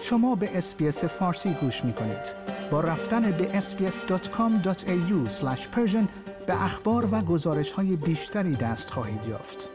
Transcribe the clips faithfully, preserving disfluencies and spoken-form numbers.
شما به اس‌بی‌اس فارسی گوش می‌کنید. با رفتن به اس بی اس دات کام دات ای یو اسلش پرشن به اخبار و گزارش‌های بیشتری دست خواهید یافت.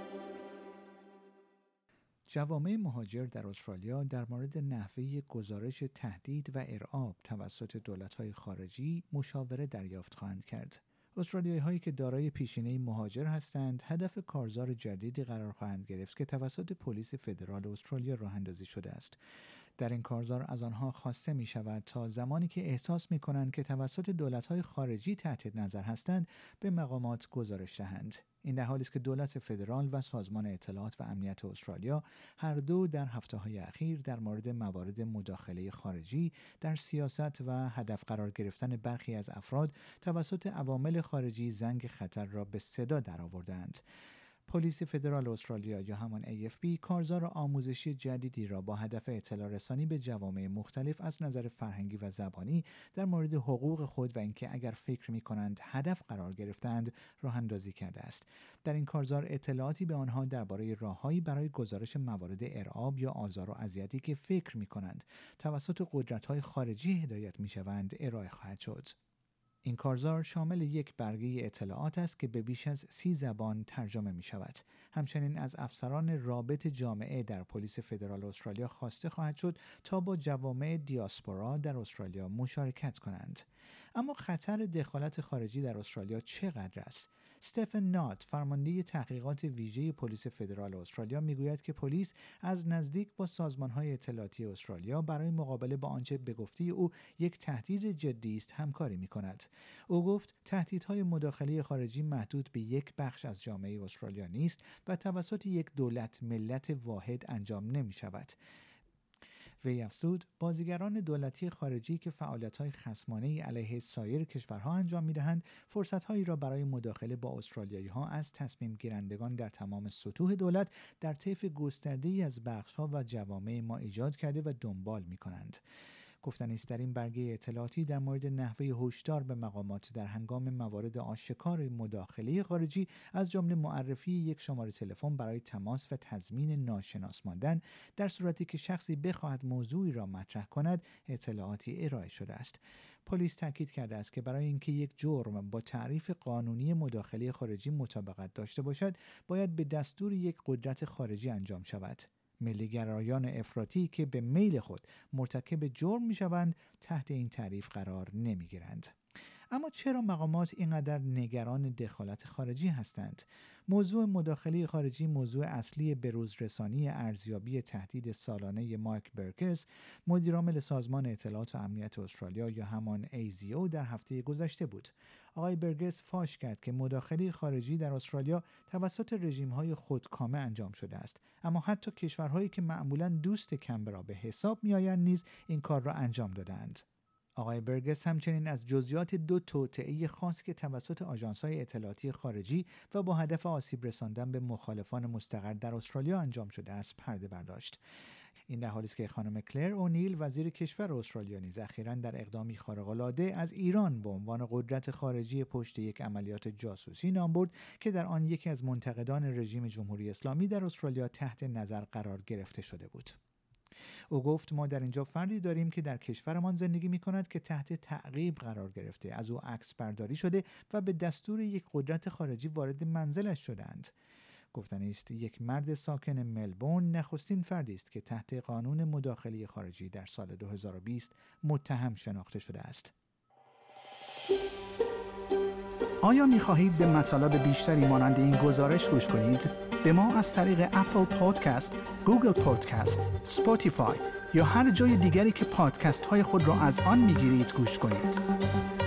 جوامع مهاجر در استرالیا در مورد نحوه گزارش تهدید و ارعاب توسط دولت‌های خارجی مشاوره دریافت خواهند کرد. استرالیایی هایی که دارای پیشینه مهاجر هستند هدف کارزار جدیدی قرار خواهند گرفت که توسط پلیس فدرال استرالیا راه اندازی شده است. در این کارزار از آنها خواسته می شود تا زمانی که احساس می کنند که توسط دولت های خارجی تحت نظر هستند به مقامات گزارش دهند. این در حالی است که دولت فدرال و سازمان اطلاعات و امنیت استرالیا هر دو در هفته‌های اخیر در مورد موارد مداخله خارجی در سیاست و هدف قرار گرفتن برخی از افراد توسط عوامل خارجی زنگ خطر را به صدا درآوردند. پلیس فدرال استرالیا یا همان ای اف بی کارزار آموزشی جدیدی را با هدف اطلاع رسانی به جوامع مختلف از نظر فرهنگی و زبانی در مورد حقوق خود و اینکه اگر فکر می‌کنند هدف قرار گرفتند راه اندازی کرده است. در این کارزار اطلاعاتی به آنها درباره راههایی برای گزارش موارد ارعاب یا آزار و اذیتی که فکر می‌کنند توسط قدرت‌های خارجی هدایت می‌شوند ارائه خواهد شد. این کارزار شامل یک برگه اطلاعات است که به بیش از سی زبان ترجمه می شود. همچنین از افسران رابط جامعه در پلیس فدرال استرالیا خواسته خواهد شد تا با جوامع دیاسپورا در استرالیا مشارکت کنند. اما خطر دخالت خارجی در استرالیا چقدر است؟ استفن نات، فرمانده تحقیقات ویژه پلیس فدرال استرالیا، میگوید که پلیس از نزدیک با سازمان‌های اطلاعاتی استرالیا برای مقابله با آنچه به گفته او یک تهدید جدی است همکاری می‌کند. او گفت تهدیدهای مداخله خارجی محدود به یک بخش از جامعه استرالیا نیست و توسط یک دولت ملت واحد انجام نمی شود. وی افزود بازیگران دولتی خارجی که فعالیت‌های خصمانه علیه سایر کشورها انجام می‌دهند فرصت‌هایی را برای مداخله با استرالیایی‌ها از تصمیم گیرندگان در تمام سطوح دولت در طیف گسترده‌ای از بخش‌ها و جوامع ما ایجاد کرده و دنبال می‌کنند. گفتنی است در این برگه اطلاعاتی در مورد نحوه هشدار به مقامات در هنگام موارد آشکار مداخله خارجی از جمله معرفی یک شماره تلفن برای تماس و تضمین ناشناس ماندن در صورتی که شخصی بخواهد موضوعی را مطرح کند اطلاعاتی ارائه شده است. پلیس تاکید کرده است که برای اینکه یک جرم با تعریف قانونی مداخله خارجی مطابقت داشته باشد باید به دستور یک قدرت خارجی انجام شود. ملی‌گرایان افراطی که به میل خود مرتکب جرم می‌شوند تحت این تعریف قرار نمی‌گیرند. اما چرا مقامات اینقدر نگران دخالت خارجی هستند؟ موضوع مداخله خارجی موضوع اصلی بروزرسانی ارزیابی تهدید سالانه مایک برکرز، مدیرعامل سازمان اطلاعات و امنیت استرالیا یا همان ای زی او در هفته گذشته بود. آقای برکرز فاش کرد که مداخله خارجی در استرالیا توسط رژیم‌های خودکامه انجام شده است، اما حتی کشورهایی که معمولاً دوست کمبرا به حساب می‌آیند نیز این کار را انجام دادند. آقای برگس همچنین از جزئیات دو توطئه خاص که توسط آژانس‌های اطلاعاتی خارجی و با هدف آسیب رساندن به مخالفان مستقر در استرالیا انجام شده است پرده برداشت. این در حالی است که خانم کلر اونیل وزیر کشور استرالیا نیز اخیراً در اقدامی خارق‌العاده از ایران به عنوان قدرت خارجی پشت یک عملیات جاسوسی نام برد که در آن یکی از منتقدان رژیم جمهوری اسلامی در استرالیا تحت نظر قرار گرفته شده بود. او گفت ما در اینجا فردی داریم که در کشورمان زندگی می کند که تحت تعقیب قرار گرفته، از او عکس برداری شده و به دستور یک قدرت خارجی وارد منزلش شدند. گفتنی است یک مرد ساکن ملبورن نخستین فردی است که تحت قانون مداخله خارجی در سال دو هزار و بیست متهم شناخته شده است. آیا می خواهید به مطالب بیشتری مانند این گزارش گوش کنید؟ به ما از طریق اپل پادکست، گوگل پادکست، اسپاتیفای یا هر جای دیگری که پادکست های خود را از آن می گیرید گوش کنید.